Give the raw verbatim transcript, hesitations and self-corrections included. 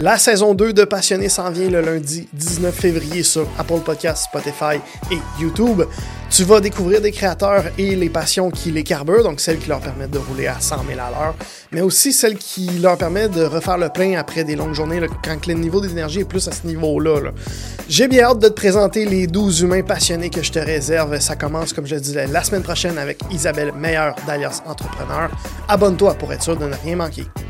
La saison deux de Passionné s'en vient le lundi dix-neuf février sur Apple Podcasts, Spotify et YouTube. Tu vas découvrir des créateurs et les passions qui les carburent, donc celles qui leur permettent de rouler à cent mille à l'heure, mais aussi celles qui leur permettent de refaire le plein après des longues journées, là, quand le niveau d'énergie est plus à ce niveau-là. Là. J'ai bien hâte de te présenter les douze humains passionnés que je te réserve. Ça commence, comme je le disais, la semaine prochaine avec Isabelle Meilleur d'Alias Entrepreneur. Abonne-toi pour être sûr de ne rien manquer.